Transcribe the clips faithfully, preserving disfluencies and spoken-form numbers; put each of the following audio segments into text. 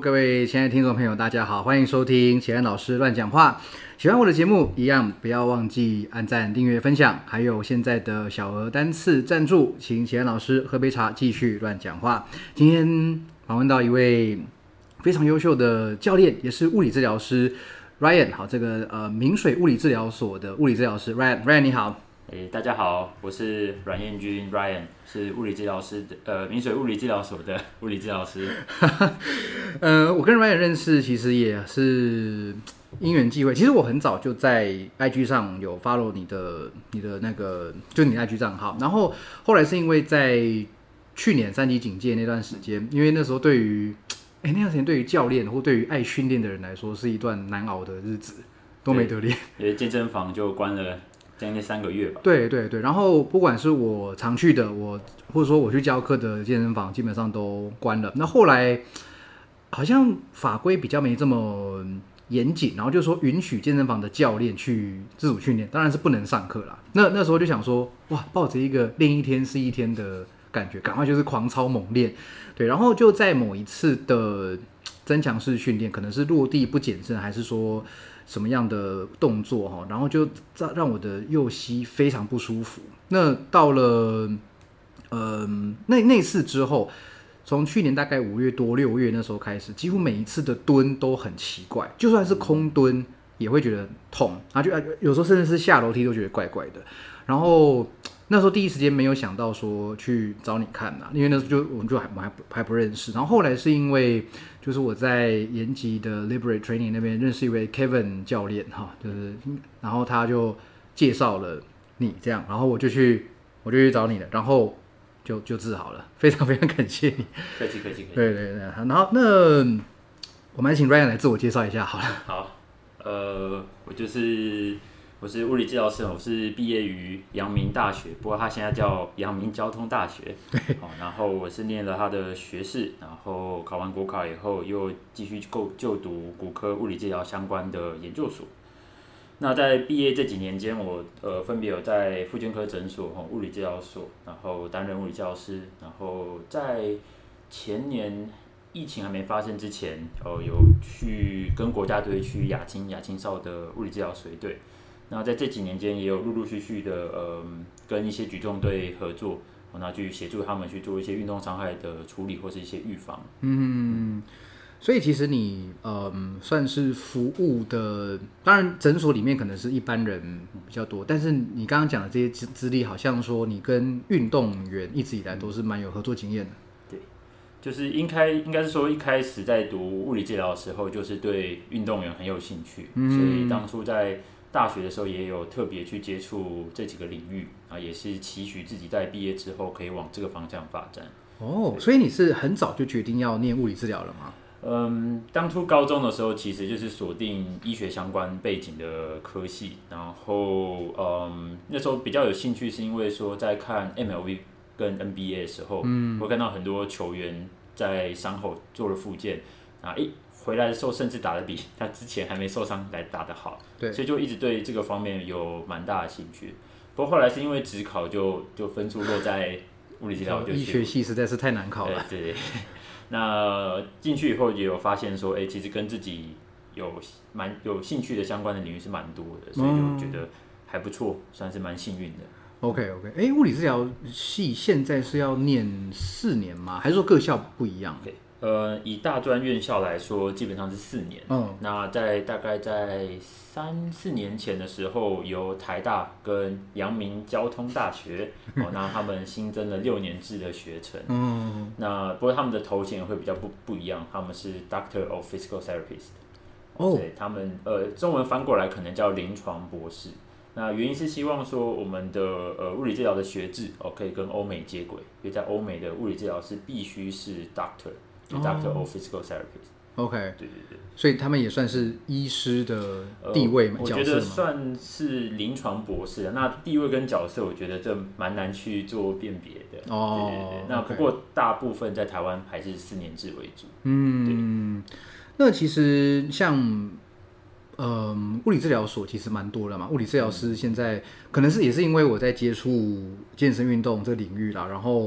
各位亲爱的听众朋友，大家好，欢迎收听启安老师乱讲话。喜欢我的节目，一样不要忘记按赞、订阅、分享，还有现在的小额单次赞助，请启安老师喝杯茶，继续乱讲话。今天访问到一位非常优秀的教练，也是物理治疗师 Ryan。好，这个呃明水物理治疗所的物理治疗师 Ryan，Ryan 你好。 欸、大家好，我是阮彦君 Ryan， 是物理治疗师的，呃，明水物理治疗所的物理治疗师。 呃，我跟 Ryan 认识其实也是因缘际会。其实我很早就在 I G 上有 follow 你的你的那个，就你的 I G 账号。然后后来是因为在去年三级警戒那段时间，因为那时候对于哎、欸、那段时间对于教练或对于爱训练的人来说是一段难熬的日子，都没得练。 因为健身房就关了将近三个月吧。 对对对，然后不管是我常去的，我或者说我去教课的健身房，基本上都关了。那后来好像法规比较没这么严谨，然后就说允许健身房的教练去自主训练，当然是不能上课啦。那那时候就想说，哇，抱着一个练一天是一天的感觉，赶快就是狂操猛练。对，然后就在某一次的增强式训练，可能是落地不减震，还是说什么样的动作哈，然后就让我的右膝非常不舒服。那到了呃那那次之后，从去年大概五月多六月那时候开始，几乎每一次的蹲都很奇怪，就算是空蹲也会觉得痛，然后就有时候甚至是下楼梯都觉得怪怪的。然后那时候第一时间没有想到说去找你看啦，因为那时候就我们就还还不还不认识。然后后来是因为就是我在延吉的 Liberate Training 那边认识一位 Kevin 教练哈，就是然后他就介绍了你这样，然后我就去我就去找你了，然后就就治好了，非常非常感谢你。 客气客气客气。 对对对，然后那我们请 Ryan 来自我介绍一下好了。 好，呃，我就是我是物理治疗师，我是毕业于阳明大学，不过他现在叫阳明交通大学。 对。 哦，然后我是念了他的学士，然后考完国考以后又继续就读骨科物理治疗相关的研究所。那在毕业这几年间，我呃分别有在复健科诊所、哦、物理治疗所，然后担任物理治疗师，然后在前年疫情还没发生之前，哦有去跟国家队去亚青亚青少的物理治疗随队。那在这几年间，也有陆陆续续的呃跟一些举重队合作，哦，那去协助他们去做一些运动伤害的处理或是一些预防。 嗯。所以其实你嗯算是服务的，当然诊所里面可能是一般人比较多，但是你刚刚讲的这些资历，好像说你跟运动员一直以来都是蛮有合作经验的。 对，就是应该应该是说一开始在读物理治疗的时候，就是对运动员很有兴趣，嗯、所以当初在大学的时候也有特别去接触这几个领域啊，也是期许自己在毕业之后可以往这个方向发展。 哦，所以你是很早就决定要念物理治疗了吗？ 嗯，当初高中的时候，其实就是锁定医学相关背景的科系，然后嗯，那时候比较有兴趣，是因为说在看 M L B 跟 N B A 的时候，嗯，会看到很多球员在伤后做了复健，啊，一回来的时候甚至打得比他之前还没受伤来打得好，对，所以就一直对这个方面有蛮大的兴趣。不过后来是因为指考就就分数落在物理治疗，就医学系实在是太难考了， 对。对那进去以后也有发现说，哎、欸，其实跟自己有蛮有兴趣的相关的领域是蛮多的，所以就觉得还不错，算是蛮幸运的。 OK OK， 哎、欸，物理治疗系现在是要念四年吗？还是说各校不一样？ Okay. 呃，以大专院校来说，基本上是四年。嗯，那在大概在三四年前的时候，由台大跟阳明交通大学，哦，那他们新增了六年制的学程。嗯，那不过他们的头衔会比较不不一样，他们是 Doctor of Physical Therapist。哦，对，他们呃中文翻过来可能叫临床博士。那原因是希望说我们的呃物理治疗的学制哦可以跟欧美接轨，因为在欧美的物理治疗师必须是 Doctor。Doctor of Physical Therapist。OK， 对对对， 所以他们也算是医师的地位嘛、呃、角色吗？ 我觉得算是临床博士的。那地位跟角色，我觉得这蛮难去做辨别的。哦，对对对。那不过大部分在台湾还是四年制为主。 嗯，那其实像。嗯，物理治疗所其实蛮多的嘛。物理治疗师现在可能是也是因为我在接触健身运动这个领域啦，然后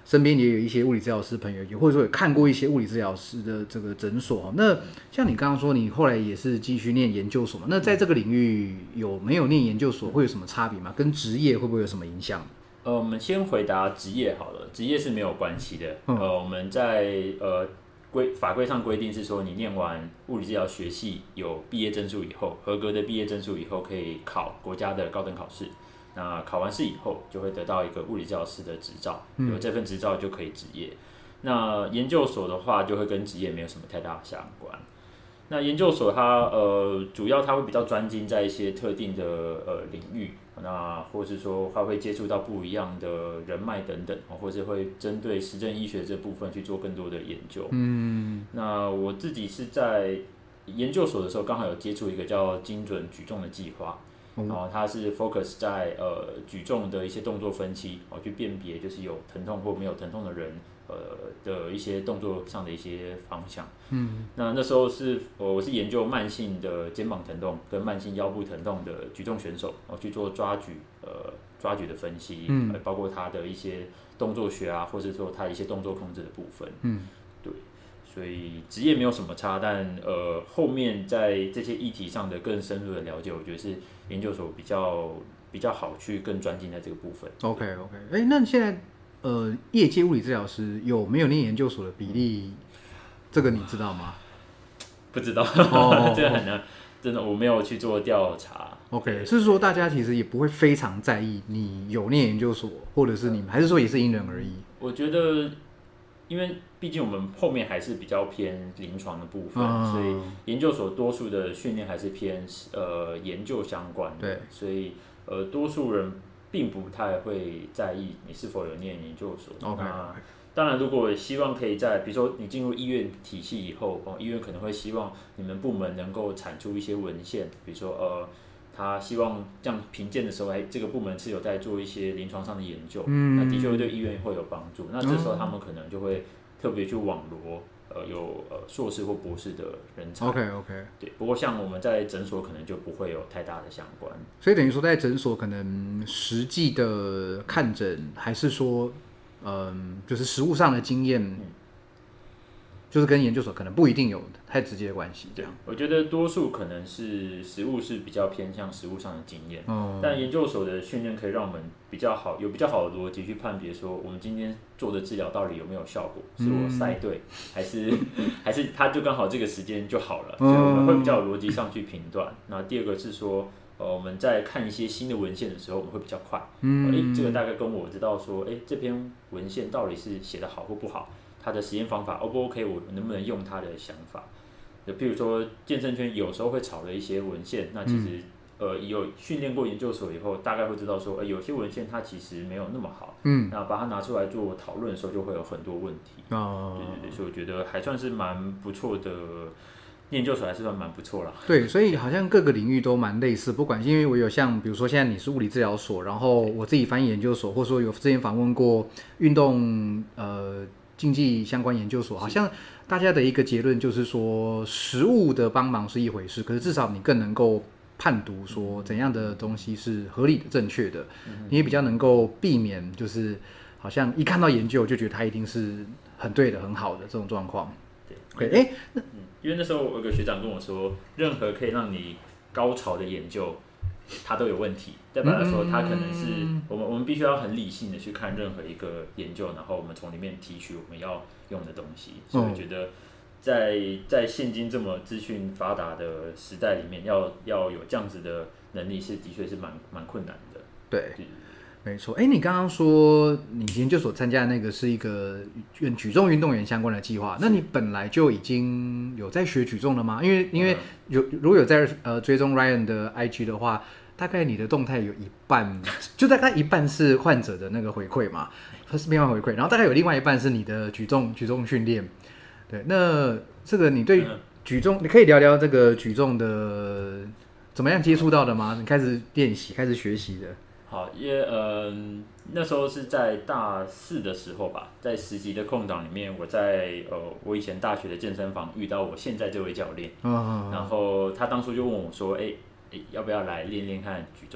身边也有一些物理治疗师朋友，也或者说有看过一些物理治疗师的这个诊所。那像你刚刚说，你后来也是继续念研究所嘛？那在这个领域有没有念研究所会有什么差别吗？跟职业会不会有什么影响？ 呃，我们先回答职业好了，职业是没有关系的。嗯、呃，我们在呃规法规上规定是说，你念完物理治疗学系有毕业证书以后，合格的毕业证书以后，可以考国家的高等考试。那考完试以后，就会得到一个物理治疗师的执照，有这份执照就可以执业。那研究所的话，就会跟职业没有什么太大的相关。那研究所它呃，主要它会比较专精在一些特定的呃领域，那或是说它会接触到不一样的人脉等等，或是会针对实证医学这部分去做更多的研究。嗯，那我自己是在研究所的时候，刚好有接触一个叫精准举重的计划。然后它是 focus 在呃举重的一些动作分析，哦，去辨别就是有疼痛或没有疼痛的人，呃的一些动作上的一些方向。嗯，那那时候是呃我是研究慢性的肩膀疼痛跟慢性腰部疼痛的举重选手，然后去做抓举呃抓举的分析，嗯，包括他的一些动作学啊，或者说他一些动作控制的部分。嗯，对。所以职业没有什么差，但呃后面在这些议题上的更深入的了解，我觉得是研究所比较比较好去更专精在这个部分。 OK OK， 哎、欸，那现在呃业界物理治疗师有没有念研究所的比例？这个你知道吗？ 不知道，哦、这个很难，真的我没有去做调查。 OK， 是说大家其实也不会非常在意你有念研究所，或者是你们还是说也是因人而异？ 我觉得。因为毕竟我们后面还是比较偏临床的部分，嗯、所以研究所多数的训练还是偏呃研究相关的，对，所以呃多数人并不太会在意你是否有念研究所。 Okay, 那当然，如果希望可以在比如说你进入医院体系以后，哦，医院可能会希望你们部门能够产出一些文献，比如说呃。他希望这样评鉴的时候，哎，这个部门是有在做一些临床上的研究，嗯、那的确会对医院会有帮助。那这时候他们可能就会特别去网罗呃有呃硕士或博士的人才。 OK OK。 对，不过像我们在诊所可能就不会有太大的相关。 所以等于说在诊所可能实际的看诊，还是说，嗯，就是实务上的经验。嗯就是跟研究所可能不一定有太直接的关系。 对，我觉得多数可能是实务是比较偏向实务上的经验，嗯、但研究所的训练可以让我们比较好有比较好的逻辑去判别说我们今天做的治疗到底有没有效果，是我塞对，还是还是他就刚好这个时间就好了，所以我们会比较有逻辑上去评断。那第二个是说。呃，我们在看一些新的文献的时候，我们会比较快。嗯，哎、呃，这个大概跟我知道说，哎，这篇文献到底是写得好或不好，它的实验方法 O 不 OK， 我能不能用它的想法？就譬如说，健身圈有时候会炒了一些文献，那其实、嗯、呃有训练过研究所以后，大概会知道说，呃，有些文献它其实没有那么好。嗯，那把它拿出来做讨论的时候，就会有很多问题。哦，对对对，所以我觉得还算是蛮不错的。研究所还是算蛮不错啦。 对，所以好像各个领域都蛮类似，不管是因为我有像比如说现在你是物理治疗所，然后我自己翻译研究所，或者说有之前访问过运动呃竞技相关研究所，好像大家的一个结论就是说，实务的帮忙是一回事，可是至少你更能够判读说怎样的东西是合理的、正确的，嗯、你也比较能够避免就是好像一看到研究就觉得它一定是很对的、很好的这种状况。 对，哎、okay, 那。因为那时候有个学长跟我说，任何可以让你高潮的研究，它都有问题。代表来说，它可能是我们我们必须要很理性的去看任何一个研究，然后我们从里面提取我们要用的东西。所以我觉得在，在在现今这么资讯发达的时代里面，要要有这样子的能力，是的确是蛮蛮困难的。 对。没错，哎，你刚刚说你研究所参加的那个是一个跟举重运动员相关的计划，那你本来就已经有在学举重了吗？因为因为有如果有在呃追踪 Ryan 的 I G 的话，大概你的动态有一半，就大概一半是患者的那个回馈嘛，是变化回馈，然后大概有另外一半是你的举重举重训练。对，那这个你对举重，你可以聊聊这个举重的怎么样接触到的吗？你开始练习，开始学习的。 好，因为嗯，那时候是在大四的时候吧，在实习的空档里面，我在呃我以前大学的健身房遇到我现在这位教练，哦、然后他当初就问我说，哎、欸欸，要不要来练练看举重？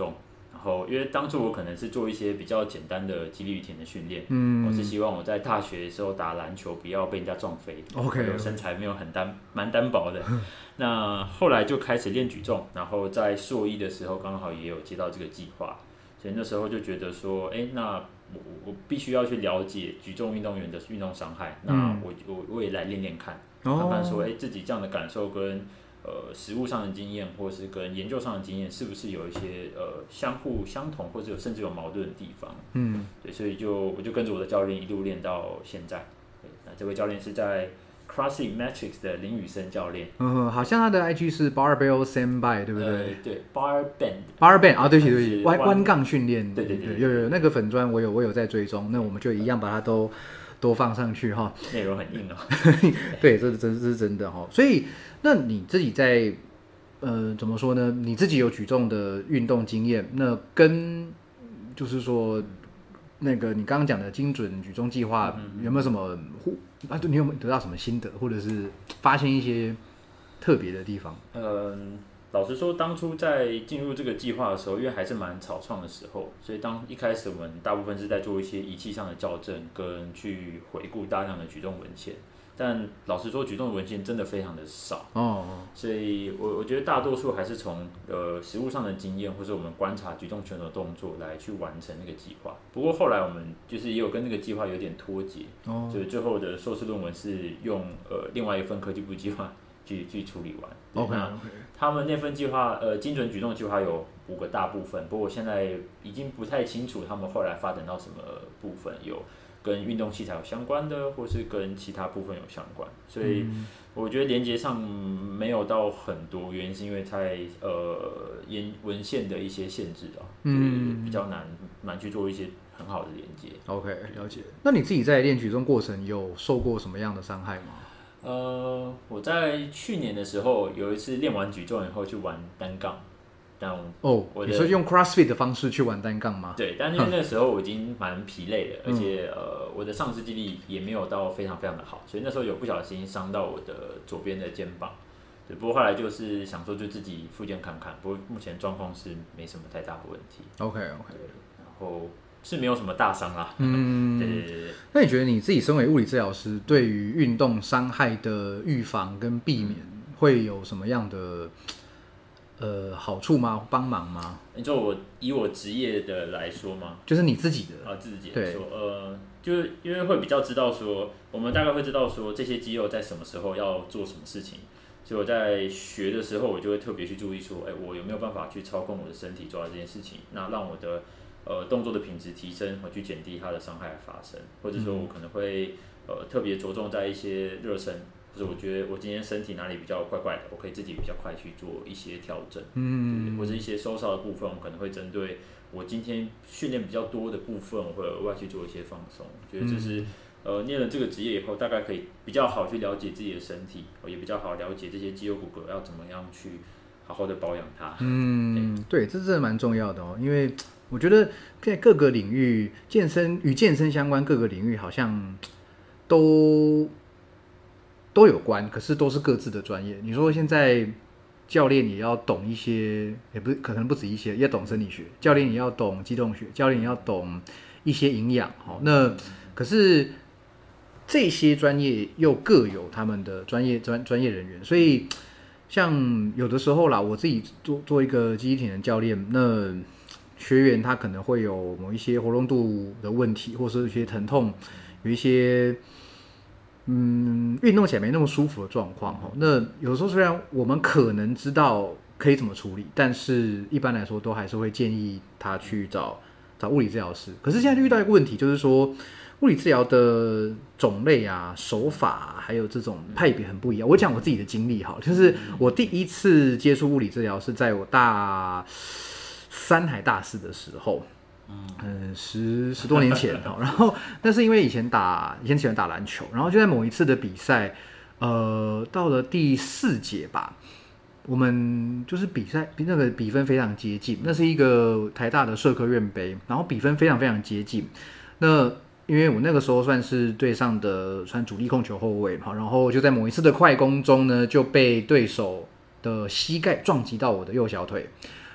然后因为当初我可能是做一些比较简单的肌力与体能训练，嗯，我是希望我在大学的时候打篮球不要被人家撞飞 ，OK， 我身材没有很单蛮单薄的。那后来就开始练举重，然后在硕一的时候刚好也有接到这个计划，所以那时候就觉得说，哎，那我我必须要去了解举重运动员的运动伤害，那我我我也来练练看，看看说，哎，自己这样的感受跟。呃，实务上的经验，或是跟研究上的经验，是不是有一些呃相互相同，或者有甚至有矛盾的地方？嗯，对，所以就我就跟着我的教练一路练到现在。对，那这位教练是在 CrossFit Matrix 的林宇生教练。 嗯，好像他的 I G 是 Barbell Standby， 对不对？ 呃、对 ，Bar Band。 Bar Band 啊，对不起对不起，弯弯杠训练。 对对 对, 对, 对， 有有那个粉专，我有我有在追踪，那我们就一样把它都。多放上去哈， 内容很硬哦。 对，这这是真的哈。所以，那你自己在呃怎么说呢？你自己有举重的运动经验，那跟就是说那个你刚刚讲的精准举重计划、嗯、有没有什么互啊？对，你有没有得到什么心得，或者是发现一些特别的地方？ 嗯。老实说，当初在进入这个计划的时候，因为还是蛮草创的时候，所以当一开始我们大部分是在做一些仪器上的校正，跟去回顾大量的举重文献。但老实说，举重的文献真的非常的少哦，所以我我觉得大多数还是从呃实务上的经验，或是我们观察举重选手的动作来去完成那个计划。不过后来我们就是也有跟那个计划有点脱节，哦，所以最后的硕士论文是用呃另外一份科技部计划。去去处理完。 OK， 那他们那份计划，呃，精准举重计划有五个大部分，不过我现在已经不太清楚他们后来发展到什么部分，有跟运动器材有相关的，或是跟其他部分有相关，所以我觉得连结上没有到很多，原因是因为在呃研文献的一些限制啊，嗯，比较难难去做一些很好的连接。 OK， 了解。那你自己在练举重过程有受过什么样的伤害吗？ 呃，我在去年的时候有一次练完举重以后去玩单杠，但哦，你是用 CrossFit 的方式去玩单杠吗？ 对，但因为那时候我已经蛮疲累的，而且呃，我的上肢肌力也没有到非常非常的好，所以那时候有不小心伤到我的左边的肩膀。对，不过后来就是想说就自己复健看看，不过目前状况是没什么太大的问题。 OK OK， 然后。是没有什么大伤啦。嗯，对对对。 那你觉得你自己身为物理治疗师，对于运动伤害的预防跟避免，会有什么样的呃好处吗？帮忙吗？ 你说我以我职业的来说吗？ 就是你自己的啊，自己来说，呃，就是因为会比较知道说，我们大概会知道说这些肌肉在什么时候要做什么事情。所以我在学的时候，我就会特别去注意说，哎，我有没有办法去操控我的身体做到这件事情，那让我的呃，动作的品质提升，我去减低它的伤害的发生，或者说我可能会呃特别着重在一些热身，或者我觉得我今天身体哪里比较怪怪的，我可以自己比较快去做一些调整，嗯，或者一些收缩的部分，我可能会针对我今天训练比较多的部分，我会额外去做一些放松。我觉得这是呃念了这个职业以后，大概可以比较好去了解自己的身体，也比较好了解这些肌肉骨骼要怎么样去好好的保养它。 嗯，对，这真的蛮重要的哦，因为我觉得在各个领域，健身与健身相关各个领域好像都都有关，可是都是各自的专业。你说现在教练也要懂一些，也不是可能不止一些，也要懂生理学，教练也要懂肌动学，教练也要懂一些营养。好，那可是这些专业又各有他们的专业专专业人员，所以像有的时候啦，我自己做做一个肌体能教练，那学员他可能会有某一些活动度的问题，或是有一些疼痛，有一些嗯运动起来没那么舒服的状况。那有时候虽然我们可能知道可以怎么处理，但是一般来说都还是会建议他去找找物理治疗师。可是现在就遇到一个问题，就是说物理治疗的种类啊、手法啊，还有这种派别很不一样。我讲我自己的经历好了，就是我第一次接触物理治疗是在我大三还大四的时候，嗯，十十多年前哈。然后那是因为以前打以前喜欢打篮球，然后就在某一次的比赛，呃，到了第四节吧，我们就是比赛那个比分非常接近，那是一个台大的社科院杯，然后比分非常非常接近。那因为我那个时候算是队上的算主力控球后卫嘛，然后就在某一次的快攻中呢，就被对手的膝盖撞击到我的右小腿。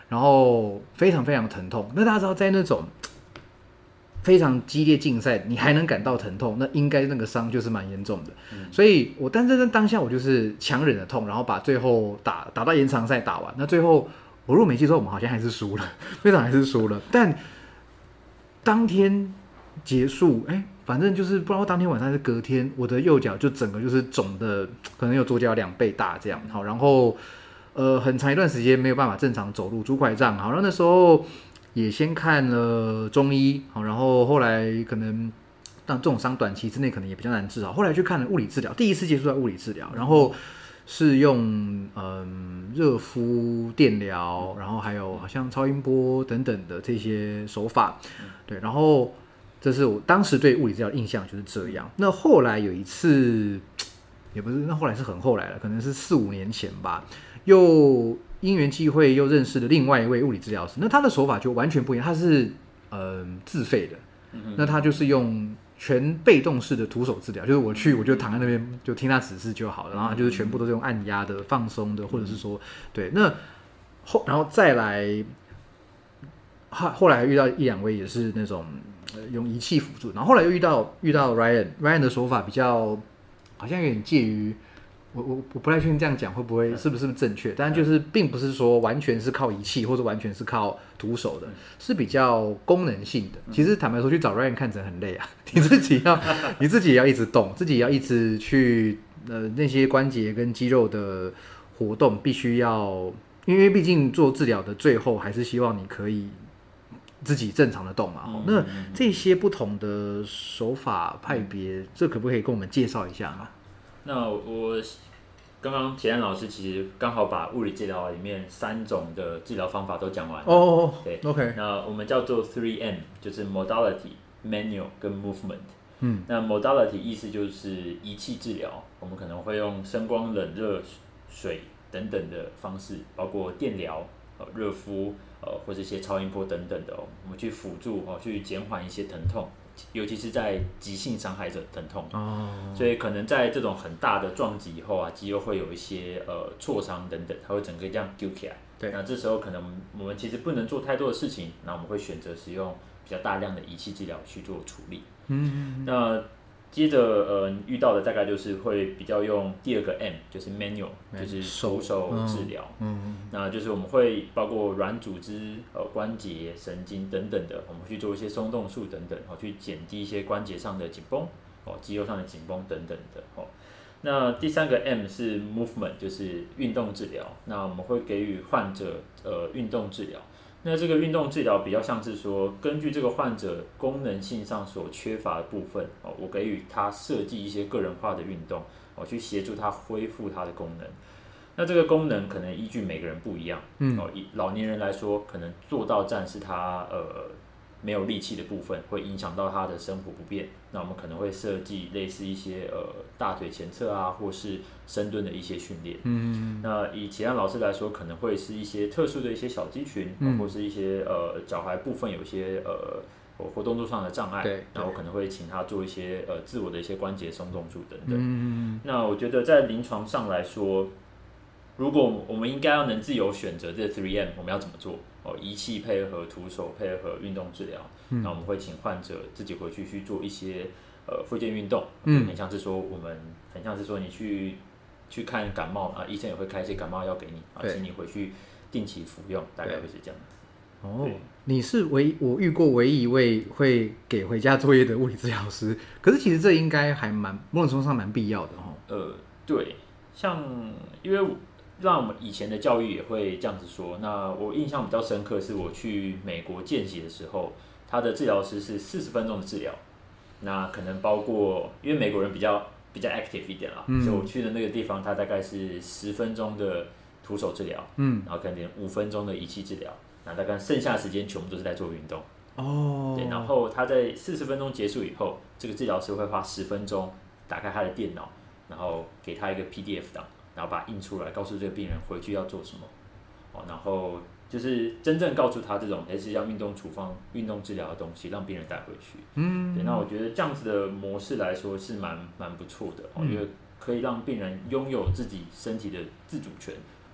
然后非常非常疼痛。那大家知道，在那种非常激烈竞赛，你还能感到疼痛，那应该那个伤就是蛮严重的。嗯、所以我但是在当下我就是强忍的痛，然后把最后打打到延长赛打完。那最后我如果没记错，我们好像还是输了，非常还是输了。但当天结束，哎，反正就是不知道当天晚上还是隔天，我的右脚就整个就是肿的，可能有左脚两倍大这样。好，然后呃很长一段时间没有办法正常走路，拄拐杖。好，然后那时候也先看了中医，好，然后后来可能但这种伤短期之内可能也比较难治好，后来去看了物理治疗，第一次接触到物理治疗，然后是用嗯热敷、电疗，然后还有好像超音波等等的这些手法，对，然后这是我当时对物理治疗的印象就是这样。那后来有一次，也不是，那后来是很后来了，可能是四五年前吧，又因缘际会又认识了另外一位物理治疗师，那他的手法就完全不一样，他是呃自费的，那他就是用全被动式的徒手治疗，就是我去我就躺在那边就听他指示就好了，然后他就是全部都是用按压的、放松的，或者是说对，那后然后再来，后后来遇到一两位也是那种、呃、用仪器辅助，然后后来又遇到遇到 Ryan Ryan 的手法比较好像有点介于。我我我不太确定这样讲会不会是不是正确，但就是并不是说完全是靠仪器或者完全是靠徒手的，是比较功能性的。其实坦白说，去找 Ryan 看诊很累啊，你自己要你自己也要一直动，自己也要一直去呃那些关节跟肌肉的活动必须要，因为毕竟做治疗的最后还是希望你可以自己正常的动嘛。嗯、那这些不同的手法派别，嗯、这可不可以跟我们介绍一下呢？ 那我刚刚铁安老师其实刚好把物理治疗里面三种的治疗方法都讲完了。 哦、oh, 对 ，OK。 那我们叫做 three M， 就是 modality、manual 跟 movement。 嗯， 那 modality 意思就是仪器治疗，我们可能会用声光、冷热水等等的方式，包括电疗、呃热敷、呃或者一些超音波等等的、哦，我们去辅助哦，去减缓一些疼痛。尤其是在急性伤害者疼痛，哦、所以可能在这种很大的撞击以后啊，肌肉会有一些呃挫伤等等，它会整个这样揪起来。 对， 那这时候可能我们其实不能做太多的事情，那我们会选择使用比较大量的仪器治疗去做处理。嗯，那接着呃遇到的大概就是会比较用第二个 M， 就是 manual， 就是徒手治疗。嗯，嗯那就是我们会包括软组织、呃关节、神经等等的，我们会去做一些松动术等等，哦，去减低一些关节上的紧绷，哦，肌肉上的紧绷等等的，哦。那第三个 M 是 movement， 就是运动治疗。那我们会给予患者呃运动治疗。那这个运动治疗比较像是说，根据这个患者功能性上所缺乏的部分，哦，我给予他设计一些个人化的运动，哦，去协助他恢复他的功能。那这个功能可能依据每个人不一样，嗯，哦，以老年人来说，可能坐到站是他呃没有力气的部分，会影响到他的生活不便。那我们可能会设计类似一些呃大腿前侧啊，或是深蹲的一些训练。嗯，那以其他老师来说，可能会是一些特殊的一些小肌群，嗯、或是一些呃脚踝部分有一些呃活动度上的障碍。对，那我可能会请他做一些呃自我的一些关节松动术等等。嗯，那我觉得在临床上来说，如果我们应该要能自由选择这 three M， 我们要怎么做？哦，仪器配合徒手配合运动治疗，嗯、那我们会请患者自己回去去做一些呃复健运动，嗯，很像是说我们很像是说你去去看感冒啊，医生也会开一些感冒药给你啊，请你回去定期服用，大概会是这样。 哦，你是唯我遇过唯一一位会给回家作业的物理治疗师，可是其实这应该还蛮某种程度上蛮必要的哦。 呃，对，像因为让我们以前的教育也会这样子说。那我印象比较深刻是我去美国见习的时候，他的治疗师是四十分钟的治疗，那可能包括因为美国人比较比较 active 一点啦，嗯、所以我去的那个地方，他大概是十分钟的徒手治疗，嗯，然后可能五分钟的仪器治疗，那大概剩下的时间全部都是在做运动。哦，对，然后他在四十分钟结束以后，这个治疗师会花十分钟打开他的电脑，然后给他一个 P D F 档。然后把它印出来，告诉这个病人回去要做什么，哦，然后就是真正告诉他这种类似像运动处方、运动治疗的东西，让病人带回去。嗯，对，那我觉得这样子的模式来说是蛮蛮不错的，哦，因为可以让病人拥有自己身体的自主权，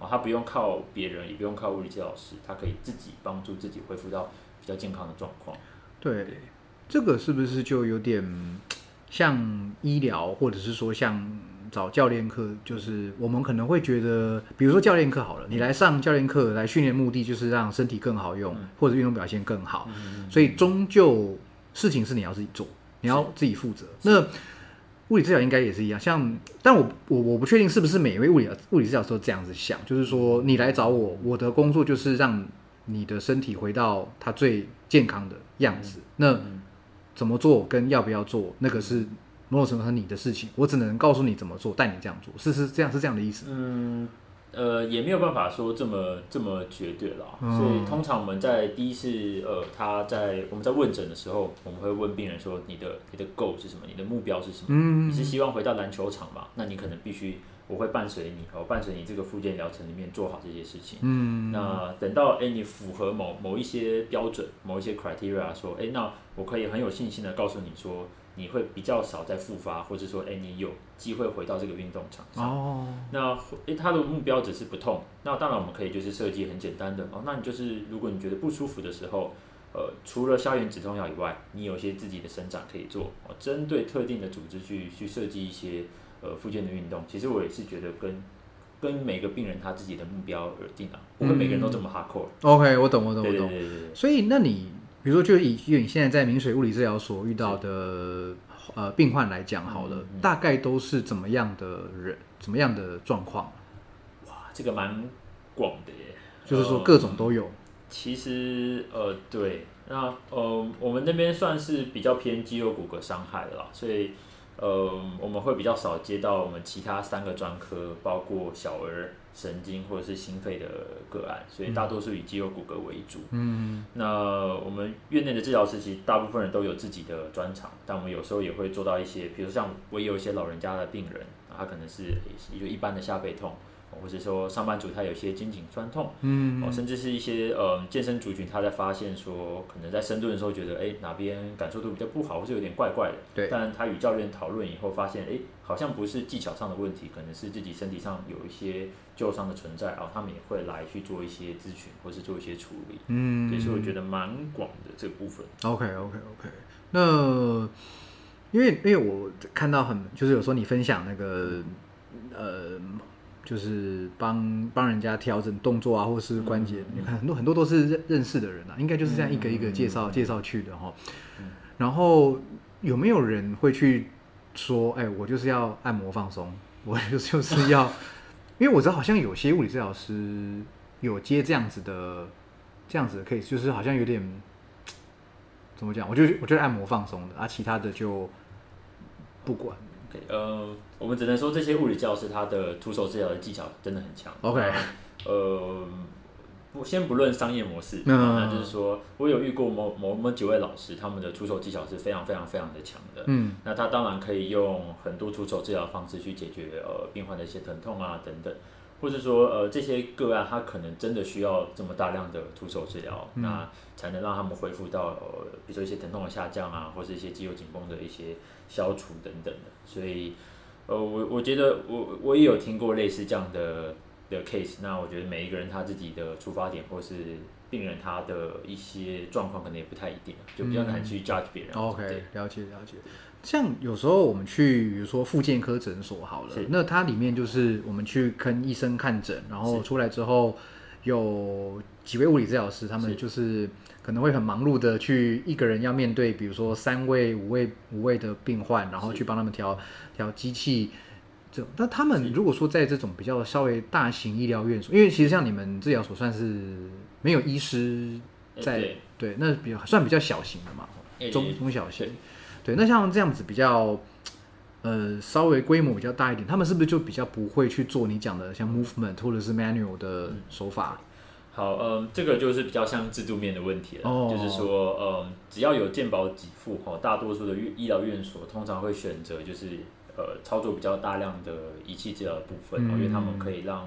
哦，他不用靠别人，也不用靠物理治疗师，他可以自己帮助自己恢复到比较健康的状况。 对，这个是不是就有点像医疗，或者是说像找教练课？就是我们可能会觉得，比如说教练课好了，你来上教练课来训练，目的就是让身体更好用，嗯、或者运动表现更好，嗯、所以终究事情是你要自己做，你要自己负责。那物理治疗应该也是一样，像，但我我我不确定是不是每一位物理物理治疗师都这样子想，就是说你来找我，我的工作就是让你的身体回到它最健康的样子。嗯、那怎么做跟要不要做，那个是某种程度上你的事情，我只能告诉你怎么做，带你这样做，是是这样是这样的意思。 嗯。呃，也没有办法说这么这么绝对啦，嗯、所以通常我们在第一次，呃，他在我们在问诊的时候，我们会问病人说，你的你的 goal 是什么？你的目标是什么？嗯、你是希望回到篮球场嘛？那你可能必须，我会伴随你，我伴随你这个复健疗程里面做好这些事情。嗯，那等到哎你符合某某一些标准，某一些 criteria 说，哎，那我可以很有信心的告诉你说。你会比较少再复发，或者说，哎，你有机会回到这个运动场上。哦。那，哎，他的目标只是不痛，那当然我们可以就是设计很简单的哦，那你就是如果你觉得不舒服的时候，呃，除了消炎止痛药以外，你有些自己的伸展可以做哦，针对特定的组织去去设计一些呃复健的运动。其实我也是觉得跟跟每个病人他自己的目标而定啊，不会每个人都这么 hardcore。 OK， 我懂，我懂，我懂。 对对对对。 所以，那你。比如说，就以你现在在明水物理治疗所遇到的呃病患来讲好了，嗯嗯、大概都是怎么样的人，怎么样的状况？ 哇，这个蛮广的耶， 就是说各种都有。呃、 其实呃对，那呃我们那边算是比较偏肌肉骨骼伤害的啦，所以呃我们会比较少接到我们其他三个专科，包括小儿。神经或者是心肺的个案，所以大多数以肌肉骨骼为主。嗯，那我们院内的治疗师其实大部分人都有自己的专长，但我们有时候也会做到一些，比如像我也有一些老人家的病人，他可能是就一般的下背痛，或者说上班族他有一些肩颈酸痛，嗯，甚至是一些呃健身族群，他在发现说可能在深蹲的时候觉得哎哪边感受度比较不好，或是有点怪怪的， 对， 但他与教练讨论以后发现，哎好像不是技巧上的问题，可能是自己身体上有一些旧伤的存在，然后他们也会来去做一些咨询或是做一些处理，嗯，所以我觉得蛮广的这个部分。 OK OK OK， 那因为因为我看到很就是有时候你分享那个呃。就是帮帮人家调整动作啊，或是关节，嗯、你看很多很多都是认认识的人啊，应该就是这样一个一个介绍、嗯、介绍去的哈。嗯、然后有没有人会去说，哎、欸，我就是要按摩放松，我就是要，因为我知道好像有些物理治疗师有接这样子的这样子的 case， 就是好像有点怎么讲，我就我觉得按摩放松的啊，其他的就不管。 Okay, 呃，我们只能说这些物理治疗师他的徒手治疗的技巧真的很强。 OK， 呃，不先不论商业模式，嗯、那就是说我有遇过某某某几位老师，他们的徒手技巧是非常非常非常的强的。嗯，那他当然可以用很多徒手治疗方式去解决呃病患的一些疼痛啊等等，或者说呃这些个案他可能真的需要这么大量的徒手治疗，嗯、那才能让他们恢复到呃比如说一些疼痛的下降啊，或是一些肌肉紧绷的一些消除等等的。所以，呃，我我觉得我我也有听过类似这样的的 case。那我觉得每一个人他自己的出发点，或是病人他的一些状况，可能也不太一定，就比较难去 judge 别人。 嗯、OK， 了解了解。像有时候我们去，比如说复健科诊所好了，那它里面就是我们去跟医生看诊，然后出来之后有几位物理治疗师，他们就是可能会很忙碌的去一个人要面对，比如说三位、五位、五位的病患，然后去帮他们调调机器。这那他们如果说在这种比较稍微大型医疗院所，因为其实像你们治疗所算是没有医师在，欸、对, 对，那比较算比较小型的嘛，欸、中中小型。对，那像这样子比较，呃，稍微规模比较大一点，他们是不是就比较不会去做你讲的像 movement 或者是 manual 的手法？嗯、 好，嗯，这个就是比较像制度面的问题了，哦、就是说，嗯，只要有健保给付，哈，大多数的医疗院所通常会选择就是呃操作比较大量的仪器治疗的部分，嗯、因为他们可以让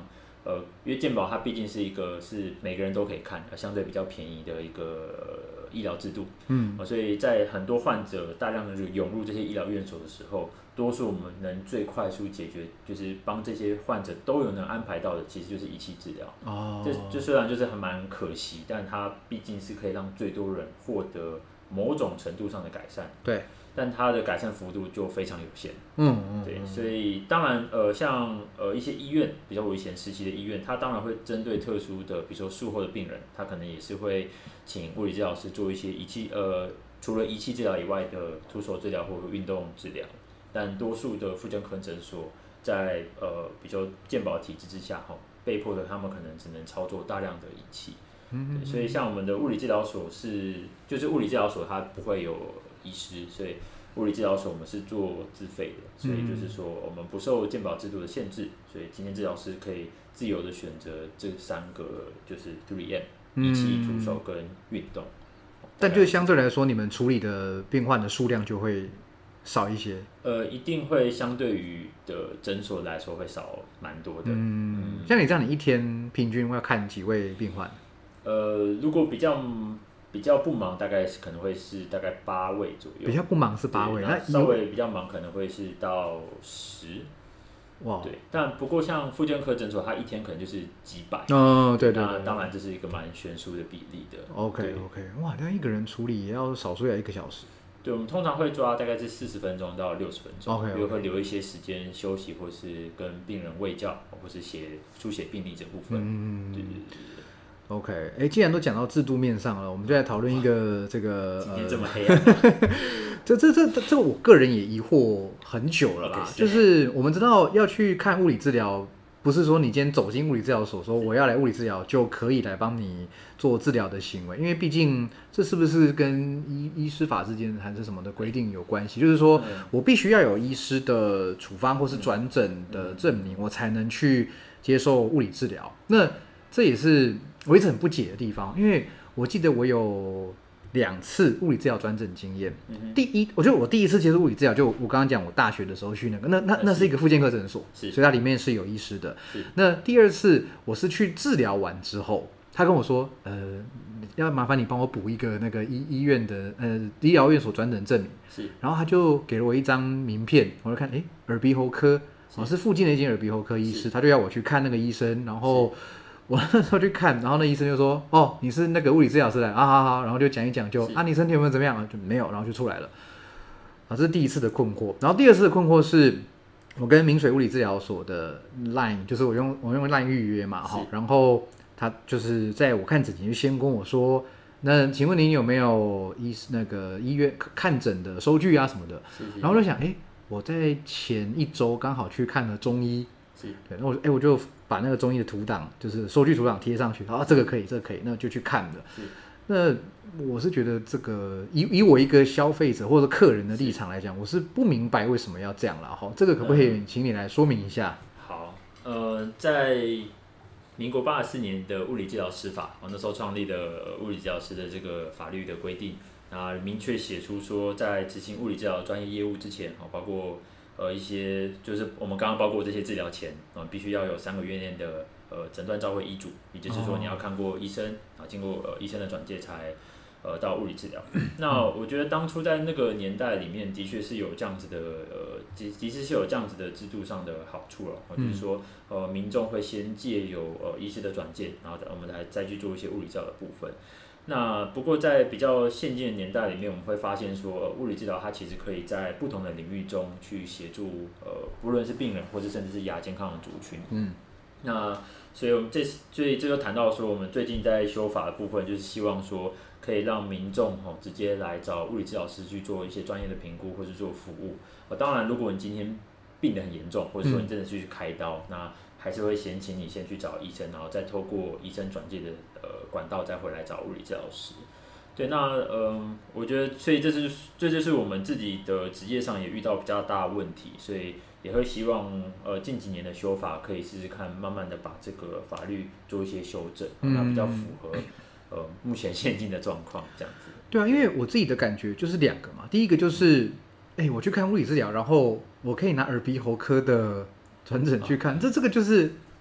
呃，因为健保它毕竟是一个是每个人都可以看，相对比较便宜的一个、呃、医疗制度，嗯、呃，所以在很多患者大量的涌入这些医疗院所的时候，多数我们能最快速解决，就是帮这些患者都有能安排到的，其实就是仪器治疗。哦，这这虽然就是还蛮可惜，但它毕竟是可以让最多人获得某种程度上的改善。 对。 但它的改善幅度就非常有限，嗯嗯，对，所以当然，呃，像呃一些医院比较危险时期的医院，它当然会针对特殊的，比如说术后的病人，他可能也是会请物理治疗师做一些仪器，呃，除了仪器治疗以外的徒手治疗或者运动治疗。但多数的复健科诊所在呃比较健保体制之下，哈，被迫的他们可能只能操作大量的仪器，嗯嗯，所以像我们的物理治疗所是，就是物理治疗所它不会有医师，所以物理治疗所我们是做自费的，所以就是说我们不受健保制度的限制，所以今天治疗师可以自由的选择这三个就是 three M 仪器、徒手跟运动。 但就相对来说，你们处理的病患的数量就会少一些。 呃，一定会相对于的诊所来说会少蛮多的。 嗯，嗯像你这样，你一天平均要看几位病患？ 呃，如果比较比较不忙，大概是可能会是大概八位左右。 比较不忙是八位， 那稍微比较忙可能会是到十。哇，对，但不过像复健科诊所，它一天可能就是几百。 哦，对对 对, 对，那当然这是一个蛮悬殊的比例的。 OK OK， 哇，那一个人处理也要少说要一个小时。 对，我们通常会抓大概是四十分钟到六十分钟， OK， 因为会留一些时间休息，或是跟病人卫教，或是写书写病历这部分。嗯，对对对对。 OK， 哎、欸，既然都讲到制度面上了，我们就来讨论一个这个。 今天这么黑暗、啊呃。这这这这，我个人也疑惑很久了啦。Okay, 就是我们知道要去看物理治疗，不是说你今天走进物理治疗所说我要来物理治疗就可以来帮你做治疗的行为，因为毕竟这是不是跟医医师法之间还是什么的规定有关系？就是说我必须要有医师的处方或是转诊的证明，我才能去接受物理治疗。那这也是我一直很不解的地方，因为我记得我有两次物理治疗转诊经验。嗯、第一，我觉得我第一次接触物理治疗，就我刚刚讲我大学的时候去那个，那那那是一个复健科诊所，所以它里面是有医师的。那第二次我是去治疗完之后，他跟我说，呃，要麻烦你帮我补一个那个医医院的呃医疗院所转诊证明。是，然后他就给了我一张名片，我就看，哎，耳鼻喉科，哦，是附近的一间耳鼻喉科医师，他就要我去看那个医生，然后。我那时候去看，然后那医生就说：“哦，你是那个物理治疗师来啊，好好。”然后就讲一讲，就啊，你身体有没有怎么样？就没有，然后就出来了。啊，这是第一次的困惑。然后第二次的困惑是，我跟明水物理治疗所的 Line， 就是我用我用 Line 预约嘛，哈。然后他就是在我看诊前就先跟我说：“那请问您有没有医那个医院看诊的收据啊什么的？”是是是然后我就想，哎，我在前一周刚好去看了中医。对，那我哎，我就把那个中医的图档，就是收据图档贴上去，啊，这个可以，这个可以，那就去看了。那我是觉得这个以以我一个消费者或者客人的立场来讲，我是不明白为什么要这样啦。哈，这个可不可以请你来说明一下？ 嗯、好，呃，在民国八十四年的物理治疗师法，我那时候创立的物理治疗师的这个法律的规定，啊，明确写出说，在执行物理治疗专业业务之前，哦，包括。呃，一些就是我们刚刚包括这些治疗前，啊、呃，必须要有三个月内的呃诊断照会医嘱，也就是说你要看过医生，啊，经过呃医生的转介才呃到物理治疗。那我觉得当初在那个年代里面，的确是有这样子的呃，其其实是有这样子的制度上的好处了，就是说呃民众会先借由呃医师的转介，然后我们来再去做一些物理治疗的部分。那不过在比较现今的年代里面，我们会发现说，呃，物理治疗它其实可以在不同的领域中去协助，呃，不论是病人或是甚至是亚健康的族群。嗯，那所以我们这所以这就谈到说，我们最近在修法的部分，就是希望说可以让民众哦直接来找物理治疗师去做一些专业的评估或是做服务。呃，当然，如果你今天病得很严重，或者说你真的去开刀，嗯、那还是会先请你先去找医生，然后再透过医生转介的呃管道再回来找物理治疗师。对，那嗯、呃，我觉得，所以这是这就是我们自己的职业上也遇到比较大的问题，所以也会希望呃近几年的修法可以试试看，慢慢的把这个法律做一些修正，嗯、那比较符合呃目前现今的状况这样子。 对啊，因为我自己的感觉就是两个嘛，第一个就是，哎，我去看物理治疗，然后我可以拿耳鼻喉科的转诊去看，这这个就是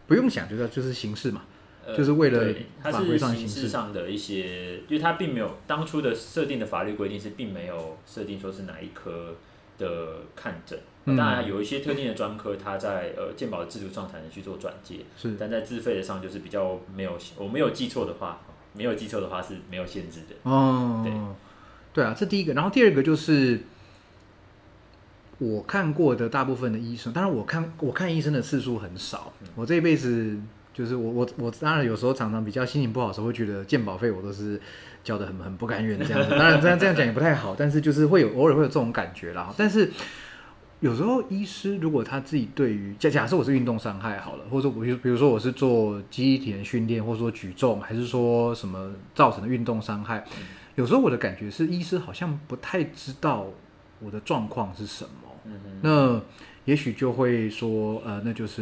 不用想，就是就是形式嘛。呃、就是为了法规上形式上的一些，因为它并没有当初的设定的法律规定是并没有设定说是哪一科的看诊，嗯、当然有一些特定的专科，它在呃健保的制度上才能去做转介， 是， 但在自费的上就是比较没有，我没有记错的话，没有记错的话是没有限制的。 哦，对，对啊，这第一个，然后第二个就是我看过的大部分的医生，当然我看我看医生的次数很少，嗯、我这一辈子。就是我我我当然有时候常常比较心情不好的时候，会觉得健保费我都是交得很很不甘愿这样子。当然这样这样讲也不太好，但是就是会有偶尔会有这种感觉啦。但是有时候医师如果他自己对于假假设我是运动伤害好了，或者说我比如说我是做肌体能训练，或者说举重，还是说什么造成的运动伤害，有时候我的感觉是医师好像不太知道我的状况是什么。嗯、那也许就会说呃那就是。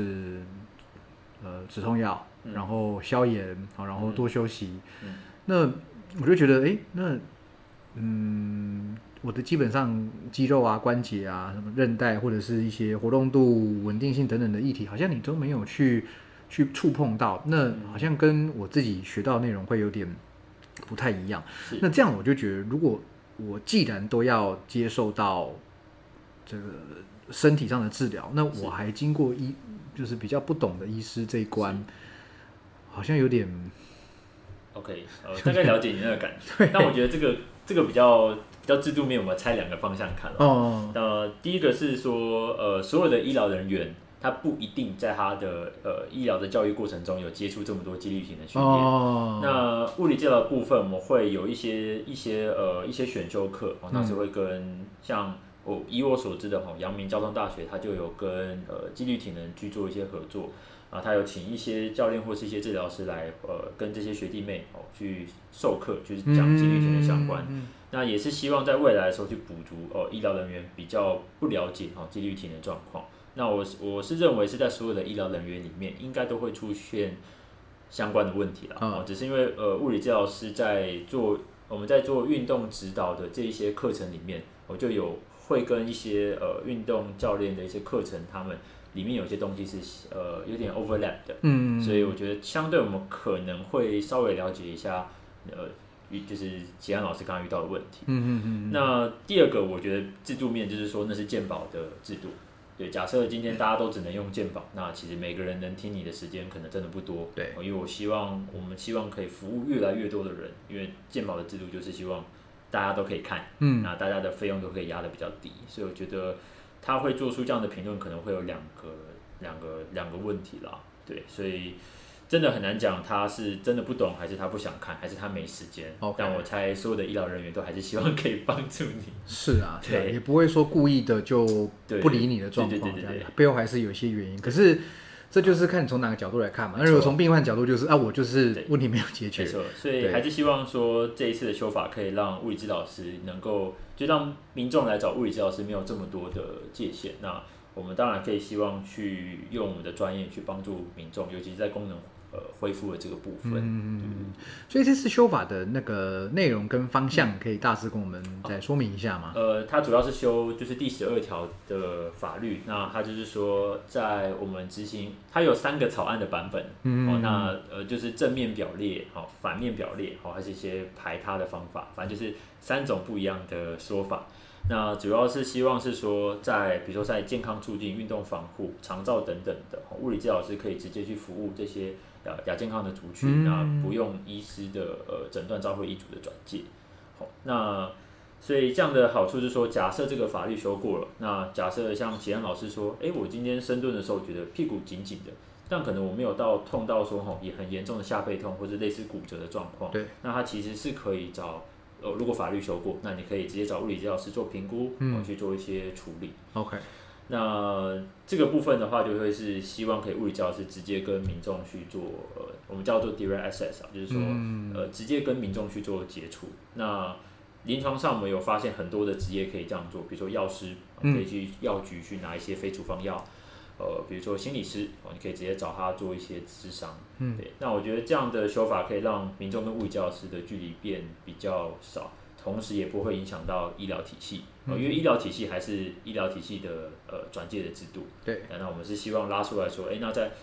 呃，止痛药，然后消炎，好，然后多休息。嗯、那我就觉得，哎，那，嗯，我的基本上肌肉啊、关节啊、什么韧带或者是一些活动度、稳定性等等的议题，好像你都没有去去触碰到。那好像跟我自己学到的内容会有点不太一样。那这样我就觉得，如果我既然都要接受到这个身体上的治疗，那我还经过医。就是比较不懂的医师这一关，好像有点 OK， 呃，大概了解你那个感觉。但我觉得这个这个比较比较制度面，我们拆两个方向看哦。呃，第一个是说，呃，所有的医疗人员，他不一定在他的呃医疗的教育过程中有接触这么多肌力型的训练。哦、那物理治疗的部分，我们会有一些一些呃一些选修课，哦，那是会跟像。我以我所知的哈，阳明交通大学它就有跟呃肌力体能去做一些合作啊，它有请一些教练或是一些治疗师来呃跟这些学弟妹哦去授课，就是讲肌力体能相关。嗯嗯嗯、那也是希望在未来的时候去补足哦医疗人员比较不了解哦肌力体能状况。那我我是认为是在所有的医疗人员里面，应该都会出现相关的问题啦。哦，嗯、只是因为呃物理治疗师在做我们在做运动指导的这一些课程里面，我就有。会跟一些呃运动教练的一些课程，他们里面有些东西是呃有点 overlap 的，嗯，所以我觉得相对我们可能会稍微了解一下，呃，就是齐安老师刚刚遇到的问题，嗯嗯嗯。那第二个，我觉得制度面就是说那是健保的制度，对，假设今天大家都只能用健保，那其实每个人能听你的时间可能真的不多，对，因为我希望我们希望可以服务越来越多的人，因为健保的制度就是希望。大家都可以看，嗯，那大家的费用都可以压得比较低，所以我觉得他会做出这样的评论，可能会有两个、两个、两个问题啦，对，所以真的很难讲，他是真的不懂，还是他不想看，还是他没时间。Okay. 但我猜所有的医疗人员都还是希望可以帮助你。 是啊，对，也不会说故意的就不理你的状况，对对对对，背后还是有一些原因。可是。这就是看你从哪个角度来看嘛。那如果从病患角度，就是啊，我就是问题没有解决。 没错，所以还是希望说这一次的修法可以让物理治疗师能够，就让民众来找物理治疗师没有这么多的界限。那我们当然可以希望去用我们的专业去帮助民众，尤其是在功能呃恢复的这个部分。 嗯，所以这次修法的那个内容跟方向，可以大致跟我们再说明一下吗？ 呃，它主要是修就是第十二条的法律，那它就是说在我们执行，它有三个草案的版本，嗯，哦，那呃就是正面表列，好、哦，反面表列，好、哦，还是一些排他的方法，反正就是三种不一样的说法。那主要是希望是说在，比如说在健康促进、运动防护、长照等等的，物理治疗师可以直接去服务这些亚亚健康的族群，那、嗯、不用医师的呃诊断照会医嘱的转介。好，那所以这样的好处是说，假设这个法律修过了，那假设像齐安老师说，哎，我今天深蹲的时候觉得屁股紧紧的，但可能我没有到痛到说吼也很严重的下背痛或者类似骨折的状况，对，那他其实是可以找。呃，如果法律修过，那你可以直接找物理治疗师做评估，嗯，然后去做一些处理。 OK， 那这个部分的话，就会是希望可以物理治疗师直接跟民众去做，呃，我们叫做 direct access 啊，就是说，嗯、呃，直接跟民众去做接触。那临床上我们有发现很多的职业可以这样做，比如说药师，可以去药局去拿一些非处方药。呃，比如说心理师，哦，你可以直接找他做一些咨商，嗯，对。那我觉得这样的修法可以让民众跟物理治疗师的距离变比较少，同时也不会影响到医疗体系，嗯、因为医疗体系还是医疗体系的呃转介的制度，对。那我们是希望拉出来说，哎，那在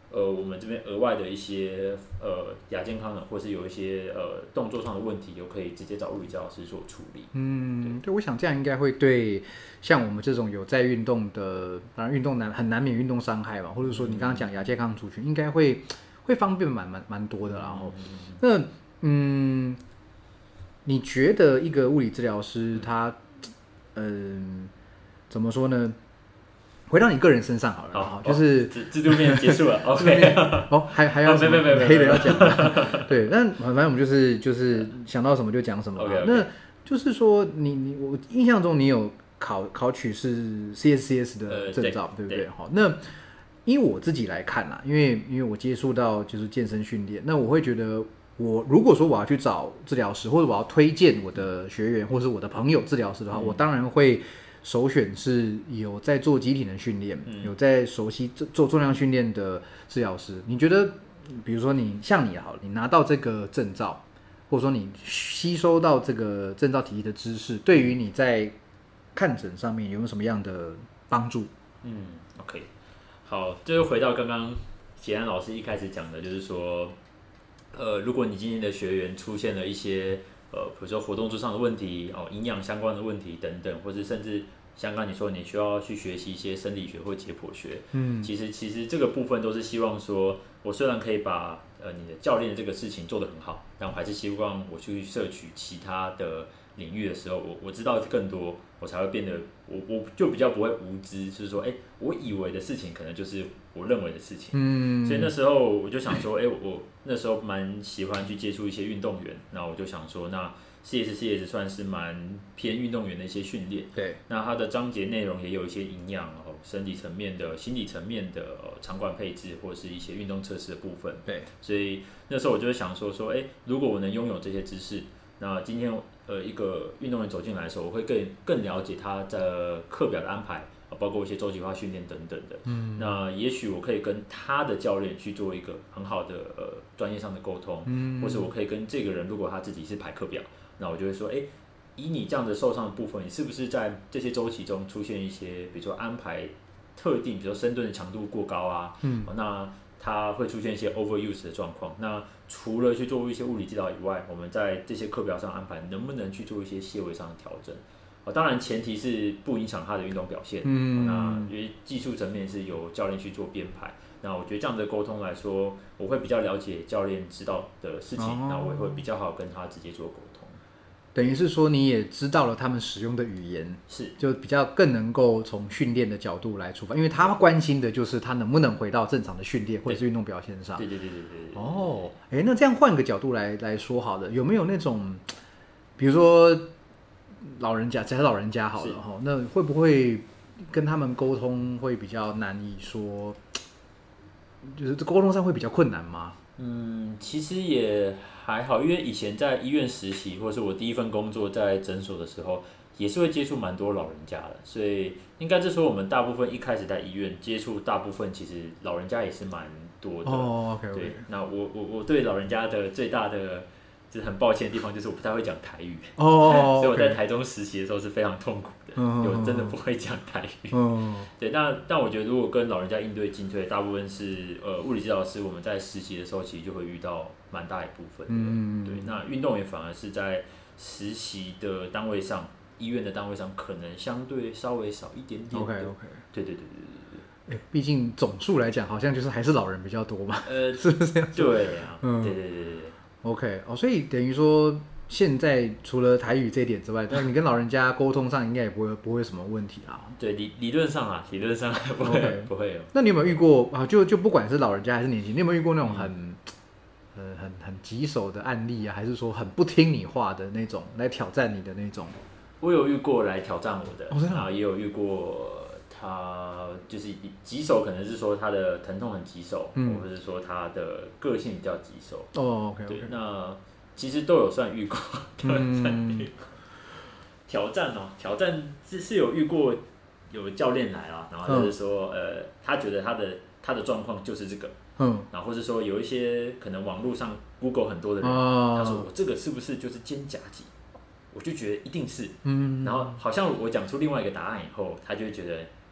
呃，我们这边额外的一些呃亚健康的，或是有一些呃动作上的问题，就可以直接找物理治疗师做处理。 嗯，对，我想这样应该会对像我们这种有在运动的，当然运动难很难免运动伤害嘛，或者说你刚刚讲亚健康族群，应该会会方便蛮蛮蛮多的。然后，那嗯，你觉得一个物理治疗师他，嗯、呃，怎么说呢？回到你个人身上好了， 好， 就是制度面结束了，OK， 哦，还还要什么黑的要讲，对，但反正我们就是就是想到什么就讲什么。 OK， 那就是说你你我印象中你有考考取是 C S C S 的证照，呃、对, 对不对？好，那因为我自己来看啦，因为因为我接触到就是健身训练，那我会觉得我如果说我要去找治疗师，或者我要推荐我的学员或是我的朋友治疗师的话，嗯、我当然会。首选是有在做机体能训练、嗯，有在熟悉做重量训练的治疗师。你觉得，比如说你像你好了，你拿到这个证照，或者说你吸收到这个证照体系的知识，对于你在看诊上面有没有什么样的帮助？ 嗯 ，OK， 好，这就回到刚刚杰安老师一开始讲的，就是说，呃，如果你今天的学员出现了一些呃，比如说活动度上的问题哦，营养相关的问题等等，或者甚至像刚才你说，你需要去学习一些生理学或解剖学，嗯，其实其实这个部分都是希望说，我虽然可以把呃你的教练这个事情做得很好，但我还是希望我去摄取其他的领域的时候，我我知道更多，我才会变得我我就比较不会无知，就是说，哎、欸，我以为的事情可能就是我认为的事情，嗯，所以那时候我就想说，哎、欸，我那时候蛮喜欢去接触一些运动员，那我就想说，那 C S C S 算是蛮偏运动员的一些训练， 对， 那它的章节内容也有一些营养哦，生理层面的、心理层面的、呃、场馆配置或是一些运动测试的部分， 对，所以那时候我就会想说说，哎、欸，如果我能拥有这些知识，那今天呃一个运动员走进来的时候，我会更更了解他的课表的安排，包括一些周期化训练等等的，嗯，那也许我可以跟他的教练去做一个很好的呃专业上的沟通，嗯，或是我可以跟这个人，如果他自己是排课表。那我就会说，哎、欸，以你这样的受伤的部分，你是不是在这些周期中出现一些，比如说安排特定，比如说深蹲的强度过高啊，嗯，那它会出现一些 overuse 的状况。那除了去做一些物理治疗以外，我们在这些课表上安排，能不能去做一些些微上的调整？当然前提是不影响他的运动表现。嗯，那因为技术层面是由教练去做编排。那我觉得这样的沟通来说，我会比较了解教练知道的事情，哦、那我也会比较好跟他直接做沟通。 等于是说，你也知道了他们使用的语言， 是就比较更能够从训练的角度来出发，因为他关心的就是他能不能回到正常的训练或者是运动表现上。 对对对对 对, 对。 哦，哎，那这样换个角度来来说好了，有没有那种，比如说老人家，假设老人家好了哈，那会不会跟他们沟通会比较难以说，就是沟通上会比较困难吗？ 嗯，其实也还好，因为以前在医院实习，或是我第一份工作在诊所的时候，也是会接触蛮多老人家的，所以应该是说我们大部分一开始在医院接触，大部分其实老人家也是蛮多的。 哦 ，OK， 对，那我我我对老人家的最大的就是很抱歉的地方，就是我不太会讲台语。 哦， 所以我在台中实习的时候是非常痛苦的， 哦、 有真的不会讲台语。 哦、 对，那但我觉得如果跟老人家应对进退，大部分是呃物理治疗师，我们在实习的时候其实就会遇到蛮大一部分的。嗯，对，那运动员反而是在实习的单位上，医院的单位上可能相对稍微少一点点。 OK OK。 对对对对对对。毕竟总数来讲，好像就是还是老人比较多嘛。 呃， 是不是这样？ 对啊。嗯。对对对对。 OK， 哦，所以等于说，现在除了台语这一点之外，但你跟老人家沟通上应该也不会不会有什么问题啦。 对，理理论上啊，理论上不会、okay. 不会有。 那你有没有遇过啊？就就不管是老人家还是年轻，你有没有遇过那种很、嗯、呃很很棘手的案例啊？还是说很不听你话的那种来挑战你的那种？ 我有遇过来挑战我的， 哦、 然后也有遇过。他就是棘手，可能是说他的疼痛很棘手，嗯、或者是说他的个性比较棘手。 哦 ，OK， 对，那其实都有算遇过，都有算遇过。挑战哦，挑战是是有遇过，有教练来啦，然后就是说，嗯、呃，他觉得他的他的状况就是这个，嗯，然后或是说有一些可能网络上 Google 很多的人，哦、他说我这个是不是就是肩胛肌？我就觉得一定是，嗯，然后好像我讲出另外一个答案以后，他就会觉得。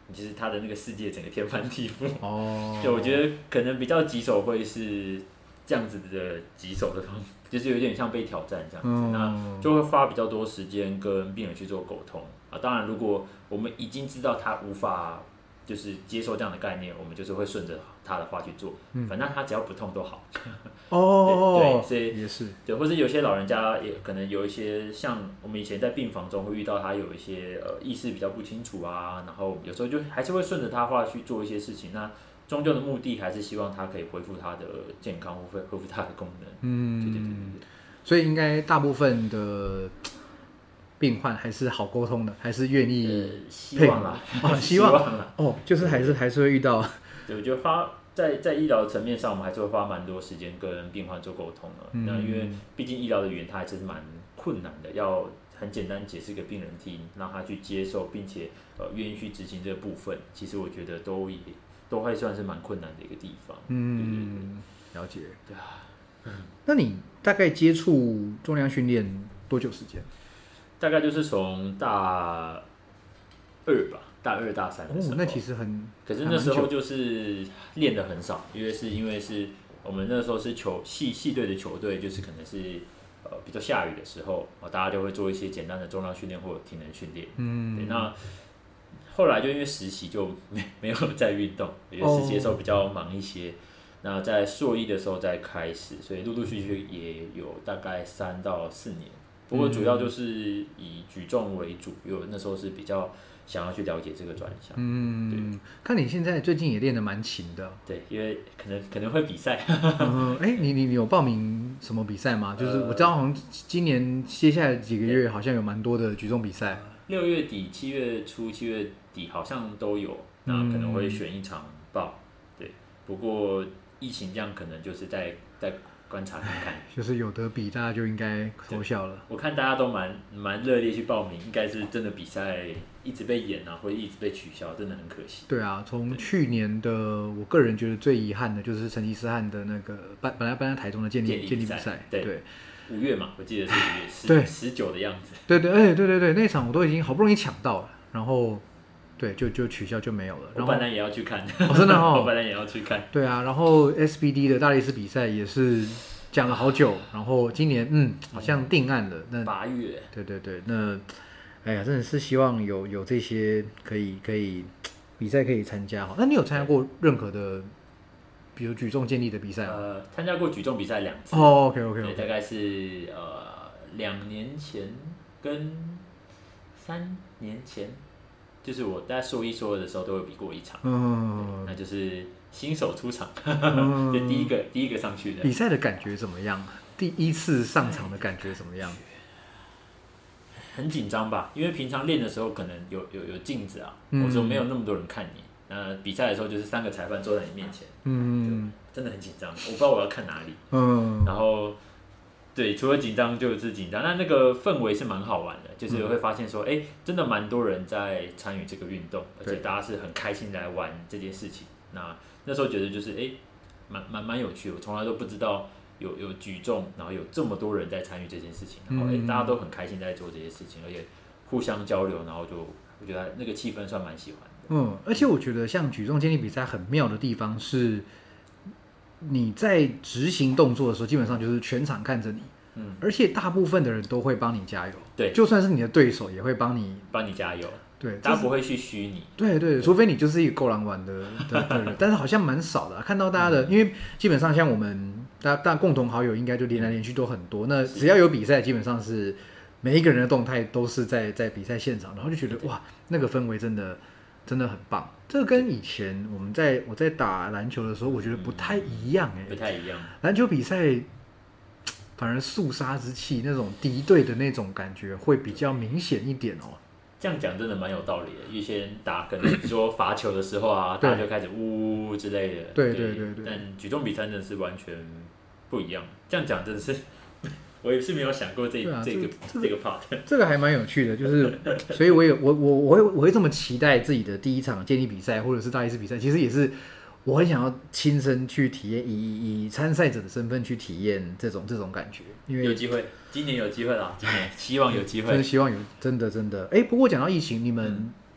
其实他的那个世界整个天翻地覆。哦，就我觉得可能比较棘手会是这样子的棘手的方法，就是有点像被挑战这样子，嗯、那就会花比较多时间跟病人去做沟通啊。当然，如果我们已经知道他无法就是接受这样的概念，我们就是会顺着他的话去做，嗯、反正他只要不痛都好。 哦， 对，所以也是对，或是有些老人家也可能有一些像我们以前在病房中会遇到他有一些呃意识比较不清楚啊，然后有时候就还是会顺着他话去做一些事情，那终究的目的还是希望他可以恢复他的健康，恢复恢复他的功能。嗯，对对对对对。 所以应该大部分的病患还是好沟通的，还是愿意配合、呃、希望啦， 哦，希望啦哦，就是还是还是会遇到。 对，我觉得花在在医疗层面上，我们还是会花蛮多时间跟病患做沟通的。嗯、那因为毕竟医疗的语言它还是蛮困难的，要很简单解释给病人听，让他去接受，并且呃愿意去执行这个部分，其实我觉得都也都会算是蛮困难的一个地方。嗯，对对对，了解。对啊，嗯，那你大概接触重量训练多久时间？ 大概就是从大二吧。大二大三的时候， 哦，那其实很， 可是那时候就是练得很少，因为是因为是我们那时候是球系系队的球队，就是可能是呃比较下雨的时候，大家就会做一些简单的重量训练或者体能训练。嗯，对，那后来就因为实习就没没有再运动，因为实习的时候比较忙一些。哦、那在硕一的时候再开始，所以陆陆续续也有大概三到四年。不过主要就是以举重为主，因为我那时候是比较想要去了解这个专项。嗯， 对。看你现在最近也练得蛮勤的。 对，因为可能可能会比赛。 嗯，哎、欸，你你你有报名什么比赛吗？就是我知道好像今年接下来几个月好像有蛮多的举重比赛。 六月底、七月初、七月底好像都有，那可能会选一场报。对，不过疫情这样可能就是在在。观察看看， 就是有得比，大家就应该偷笑了。 我看大家都蛮蛮热烈去报名，应该是真的比赛一直被延啊，或者一直被取消，真的很可惜。 对啊，从去年的，我个人觉得最遗憾的就是成吉思汗的那个本本来搬在台中的健力健力比赛， 对， 对五月嘛，我记得是五月十十九的样子。 对对，哎、欸，对对对，那场我都已经好不容易抢到了，然后。对，就就取消就没有了。 我本来也要去看， 哦、真的哦， 我本来也要去看。 对啊，然后 S B D 的大力士比赛也是讲了好久，然后今年嗯好像定案了。那八月。 对对对，那哎呀，真的是希望有有这些可以可以比赛可以参加哈。那你有参加过任何的，比如举重健力的比赛吗？ 呃，参加过举重比赛两次。 哦 ，OK OK OK， 大概是呃两年前跟三年前。就是我在硕一、硕二的时候都有比过一场，嗯，那就是新手出场，嗯、就第一个第一个上去的。 比赛的感觉怎么样？第一次上场的感觉怎么样？ 很紧张吧，因为平常练的时候可能有有有镜子啊，或者说没有那么多人看你。那比赛的时候就是三个裁判坐在你面前，嗯，真的很紧张，我不知道我要看哪里，嗯，然后。对，除了紧张就是紧张，那那个氛围是蛮好玩的，就是会发现说，哎、欸，真的蛮多人在参与这个运动，而且大家是很开心来玩这件事情。那那时候觉得就是，哎、欸，蛮蛮蛮有趣的，我从来都不知道有有举重，然后有这么多人在参与这件事情，然后哎、欸，大家都很开心在做这些事情，而且互相交流，然后就我觉得那个气氛算蛮喜欢的。 嗯，而且我觉得像举重健力比赛很妙的地方是。你在执行动作的时候，基本上就是全场看着你，嗯，而且大部分的人都会帮你加油， 对， 就算是你的对手也会帮你帮你加油， 对， 大家不会去虚你， 对 对, 对，除非你就是一个够狼玩的的的人，但是好像蛮少的、啊，看到大家的，嗯、因为基本上像我们大家大家共同好友应该就连来连去都很多，那只要有比赛，基本上是每一个人的动态都是在在比赛现场，然后就觉得哇，那个氛围真的。真的很棒，这个跟以前我们在我在打篮球的时候，我觉得不太一样哎、欸， 不太一样。 篮球比赛反而肃杀之气，那种敌对的那种感觉会比较明显一点哦。 这样讲真的蛮有道理的。以前打可能说罚球的时候啊，大家就开始呜呜之类的。 对对对 对, 對。 但举重比赛真的是完全不一样。这样讲真的是。我也是没有想过这、啊、这个这个 part， 这个还蛮有趣的，就是所以我也我我我会我会这么期待自己的第一场健力比赛或者是大力士比赛，其实也是我很想要亲身去体验，以以参赛者的身份去体验这种这种感觉，因为有机会，今年有机会啦，今年希望有机会， 真的希望有，真的真的。哎、欸，不过讲到疫情，你们、嗯、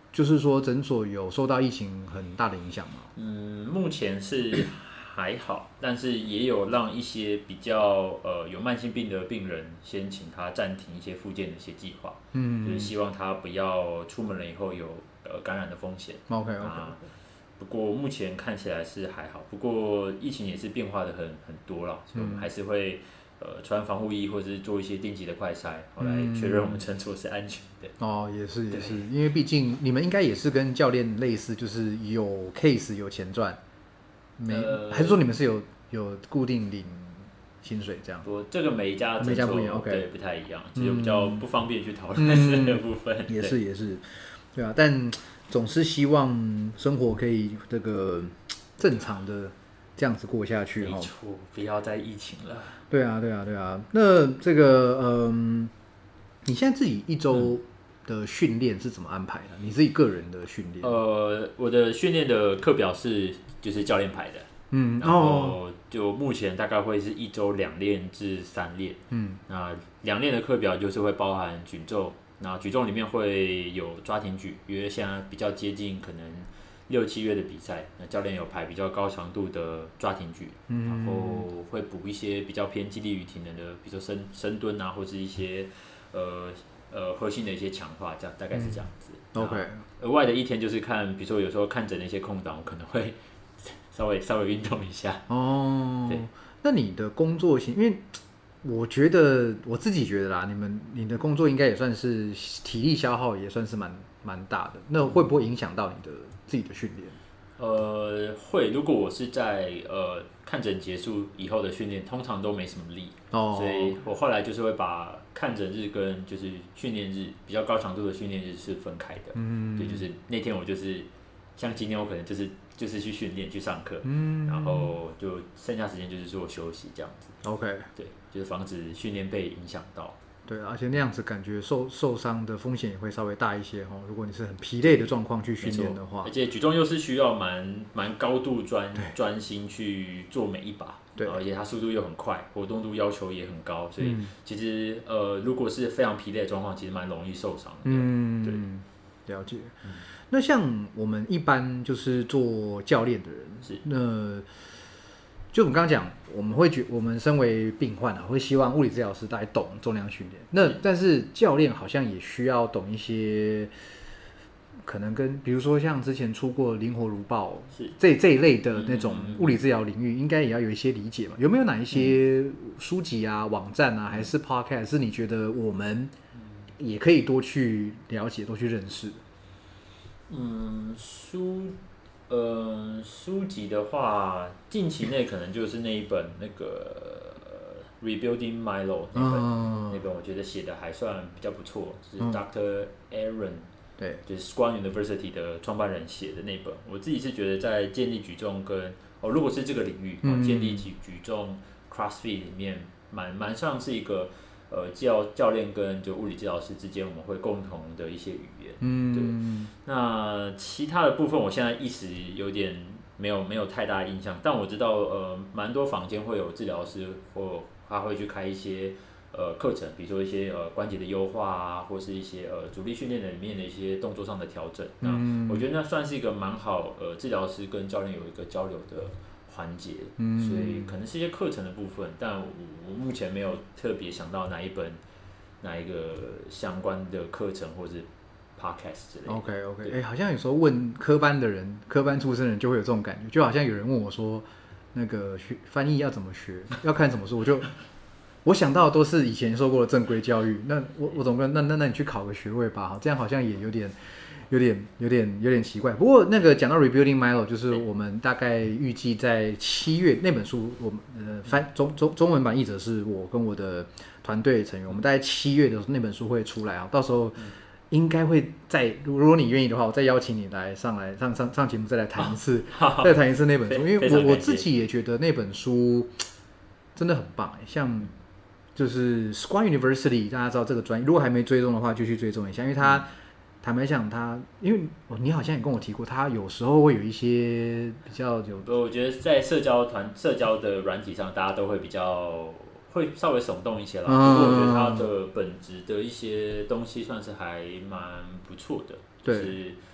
就是说诊所有受到疫情很大的影响吗？ 嗯，目前是还好，但是也有让一些比较呃有慢性病的病人先请他暂停一些复健的一些计划，嗯，就是希望他不要出门了以后有呃感染的风险。 OK OK、 啊。不过目前看起来是还好，不过疫情也是变化的很很多了，所以我们还是会。呃，穿防护衣或者是做一些定期的快筛，后来确认我们诊所是安全的。 哦，也是也是，因为毕竟你们应该也是跟教练类似，就是有 case 有钱赚，没、呃、还是说你们是有有固定领薪水这样？ 我这个每一家每家不一样 ，OK， 对，不太一样，其实比较不方便去讨论这个部分。 嗯、也是也是，对啊，但总是希望生活可以这个正常的。这样子过下去没错，不要再疫情了。 对啊，对啊，对啊。那这个，嗯，你现在自己一周的训练是怎么安排的？你自己个人的训练？ 呃，我的训练的课表是就是教练排的，嗯，然后就目前大概会是一周两练至三练，嗯，那两练的课表就是会包含举重，那举重里面会有抓挺举，因为现在比较接近可能。六七月的比赛，那教练有排比较高强度的抓挺举，嗯、然后会补一些比较偏肌力与体能的，比如说深深蹲啊，或是一些呃呃核心的一些强化，这样大概是这样子。 嗯、OK。 额外的一天就是看，比如说有时候看诊的一些空档，我可能会稍微稍微运动一下。 哦，对。那你的工作型，因为我觉得我自己觉得啦，你们你的工作应该也算是体力消耗也算是蛮蛮大的，那会不会影响到你的？自己的训练， 呃，会。如果我是在呃看诊结束以后的训练，通常都没什么力，哦，所以我后来就是会把看诊日跟就是训练日比较高强度的训练日是分开的。嗯，对，就是那天我就是像今天我可能就是就是去训练去上课，嗯，然后就剩下时间就是做休息这样子。 OK， 对，就是防止训练被影响到。 对，而且那样子感觉受受伤的风险也会稍微大一些哈。如果你是很疲累的状况去训练的话， 而且举重又是需要蛮蛮高度专专心去做每一把，对，而且它速度又很快，活动度要求也很高，所以其实、嗯、呃，如果是非常疲累的状况，其实蛮容易受伤的。嗯， 对，了解。嗯、那像我们一般就是做教练的人，是那。就我们刚刚讲，我们会觉我们身为病患啊，会希望物理治疗师大概懂重量训练。那但是教练好像也需要懂一些，可能跟比如说像之前出过《灵活如豹》这这一类的那种物理治疗领域，应该也要有一些理解嘛。有没有哪一些书籍啊、网站啊，还是 podcast 是你觉得我们也可以多去了解、多去认识？ 嗯，书。呃，书籍的话，近期内可能就是那一本那个《Rebuilding Milo》那本，哦、那本我觉得写的还算比较不错，就是 Doctor Aaron， 对，就是 Swan University 的创办人写的那本。我自己是觉得在建立举重跟哦，如果是这个领域，嗯、建立举举重 CrossFit 里面，蛮蛮像是一个。呃，教教练跟就物理治疗师之间，我们会共同的一些语言。嗯，对。那其他的部分，我现在一时有点没有没有太大的印象，但我知道，呃，蛮多坊间会有治疗师或他会去开一些呃课程，比如说一些呃关节的优化啊，或是一些呃阻力训练的里面的一些动作上的调整。嗯，那我觉得那算是一个蛮好，呃，治疗师跟教练有一个交流的环节，嗯，所以可能是一些课程的部分，但我我目前没有特别想到哪一本哪一个相关的课程或者 podcast 之类的。 OK OK， 哎、欸，好像有时候问科班的人，科班出身的人就会有这种感觉，就好像有人问我说，那个学翻译要怎么学，要看什么书，我就我想到的都是以前受过的正规教育，那我我总跟那那那你去考个学位吧，这样好像也有点。有点有点有点奇怪，不过那个讲到 Rebuilding Milo， 就是我们大概预计在七月那本书，我们呃翻中中中文版译者是我跟我的团队成员，我们大概七月的时候那本书会出来啊，到时候应该会再如果你愿意的话，我再邀请你来上来上上上节目再来谈一次，再谈一次那本书，因为我我自己也觉得那本书真的很棒，像就是 Swan University， 大家知道这个专业，如果还没追踪的话，就去追踪一下，因为它。坦白讲，他因为你好像也跟我提过，他有时候会有一些比较有。 我觉得在社交团、社交的软体上，大家都会比较会稍微耸动一些啦。嗯、不过我觉得他的本质的一些东西算是还蛮不错的。对。就是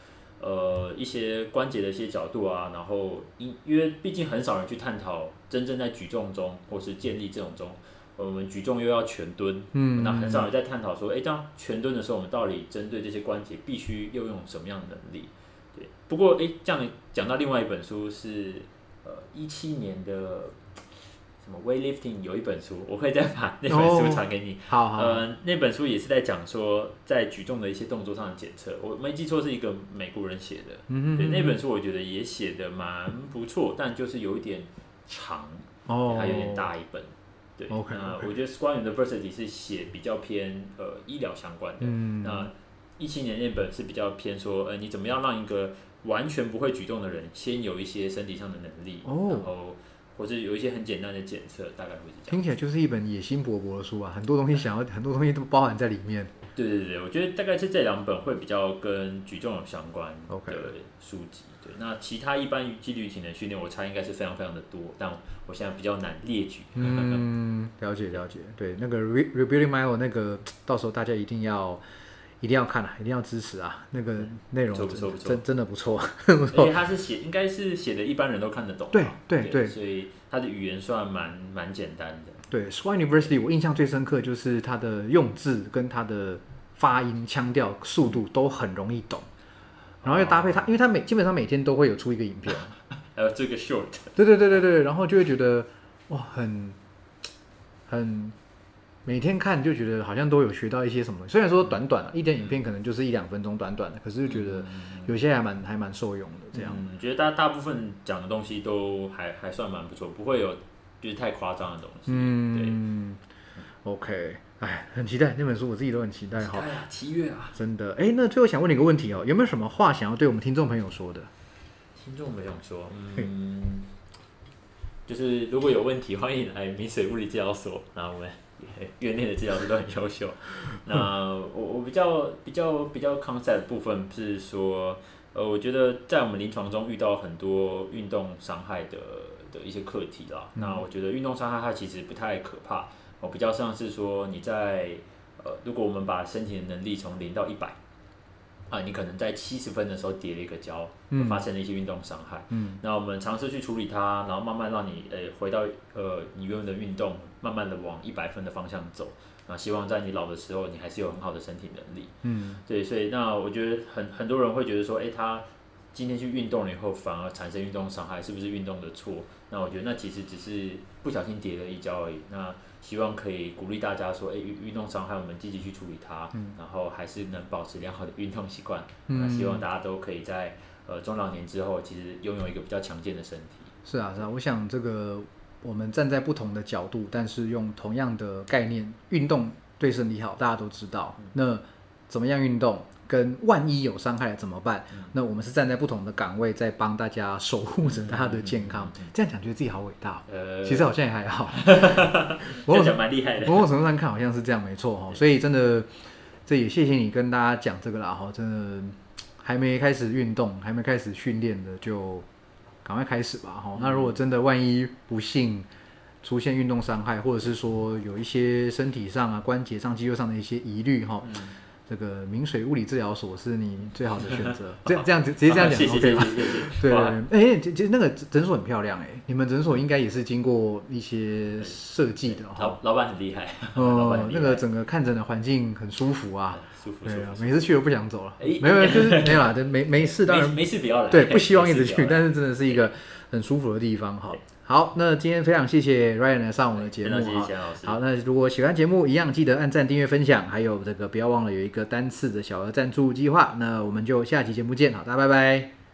呃一些关节的一些角度啊，然后因因为毕竟很少人去探讨真正在举重中或是健力这种中。我们举重又要全蹲，嗯，那很少人在探讨说，哎，当全蹲的时候，我们到底针对这些关节必须要用什么样的能力？对，不过哎，这样讲到另外一本书是，呃，一七年的什么 weightlifting 有一本书，我会再把那本书传给你。 哦、好好。 呃，那本书也是在讲说，在举重的一些动作上的检测，我没记错是一个美国人写的，嗯对，那本书我觉得也写的蛮不错，但就是有一点长，哦，它有点大一本。对， okay, 那 okay. 我觉得 Squat University 是写比较偏呃医疗相关的，嗯、那一七年那本是比较偏说，呃，你怎么样让一个完全不会举重的人先有一些身体上的能力，哦、然后或者有一些很简单的检测，大概会是这样。 听起来就是一本野心勃勃的书啊，很多东西想要，很多东西都包含在里面。 对对对，我觉得大概是这两本会比较跟举重有相关的书籍。Okay. 对，那其他一般肌力体能训练，我猜应该是非常非常的多，但我现在比较难列举。 嗯，了解了解。对，那个 Rebuilding Milo 那个，到时候大家一定要一定要看啊，一定要支持啊，那个内容真、嗯、真, 真的不错。 而且他是写，应该是写的一般人都看得懂。 对对 对, 对， 所以他的语言算蛮蛮简单的。 对 ，Squat University 我印象最深刻就是它的用字跟它的发音、腔调、速度都很容易懂，然后又搭配它，因为它每基本上每天都会有出一个影片， 还有这个 short， 对对对对对，然后就会觉得哇，很很每天看就觉得好像都有学到一些什么，虽然说短短一点影片可能就是一两分钟短短的，可是就觉得有些还蛮还蛮受用的这样。 嗯，觉得大大部分讲的东西都还还算蛮不错，不会有就是太夸张的东西。嗯， 对 ，OK。哎，很期待那本书，我自己都很期待哈。 哎呀，七月啊， 真的。哎，那最后想问你一个问题哦，有没有什么话想要对我们听众朋友说的？ 听众朋友说，嗯，就是如果有问题，欢迎来明水物理治疗所，那我们院内的治疗师都很优秀。那我我比较比较比较 concept 的部分是说，呃，我觉得在我们临床中遇到很多运动伤害的的一些课题啦。嗯、那我觉得运动伤害它其实不太可怕。哦，比较像是说你在呃，如果我们把身体的能力从零到一百啊，你可能在七十分的时候跌了一个跤，嗯、发生了一些运动伤害。嗯，那我们尝试去处理它，然后慢慢让你呃回到呃你原本的运动，慢慢的往一百分的方向走。那希望在你老的时候，你还是有很好的身体能力。嗯，对，所以那我觉得很很多人会觉得说，哎，他今天去运动了以后，反而产生运动伤害，是不是运动的错？那我觉得那其实只是不小心跌了一跤而已。那希望可以鼓励大家说，哎，运动伤害我们积极去处理它，嗯、然后还是能保持良好的运动习惯。嗯、那希望大家都可以在呃中老年之后，其实拥有一个比较强健的身体。 是啊，是啊，我想这个我们站在不同的角度，但是用同样的概念，运动对身体好，大家都知道。嗯、那怎么样运动？跟万一有伤害了怎么办？嗯、那我们是站在不同的岗位，在帮大家守护着大家的健康。嗯嗯嗯、这样讲，觉得自己好伟大。呃，其实好像也还好。 我讲蛮厉害的。 某种程度上看，好像是这样，没错哈。所以真的，这也谢谢你跟大家讲这个啦哈。真的还没开始运动，还没开始训练的，就赶快开始吧哈。嗯、那如果真的万一不幸出现运动伤害，或者是说有一些身体上啊、关节上、肌肉上的一些疑虑哈。嗯这个明水物理治疗所是你最好的选择，这这样直接这样讲 OK 吗？对，哎，其实那个诊所很漂亮哎，你们诊所应该也是经过一些设计的哈。 老老板很厉害， 哦，那个整个看诊的环境很舒服啊，舒服，对啊，每次去都不想走了。没有，就是没有啦，没没事，当然没事不要来， 对，不希望一直去，但是真的是一个很舒服的地方哈。好，那今天非常谢谢 Ryan 来上我的节目哈。好，那如果喜欢节目，一样记得按赞、订阅、分享，还有这个不要忘了有一个单次的小额赞助计划。那我们就下期节目见，好，大家拜拜。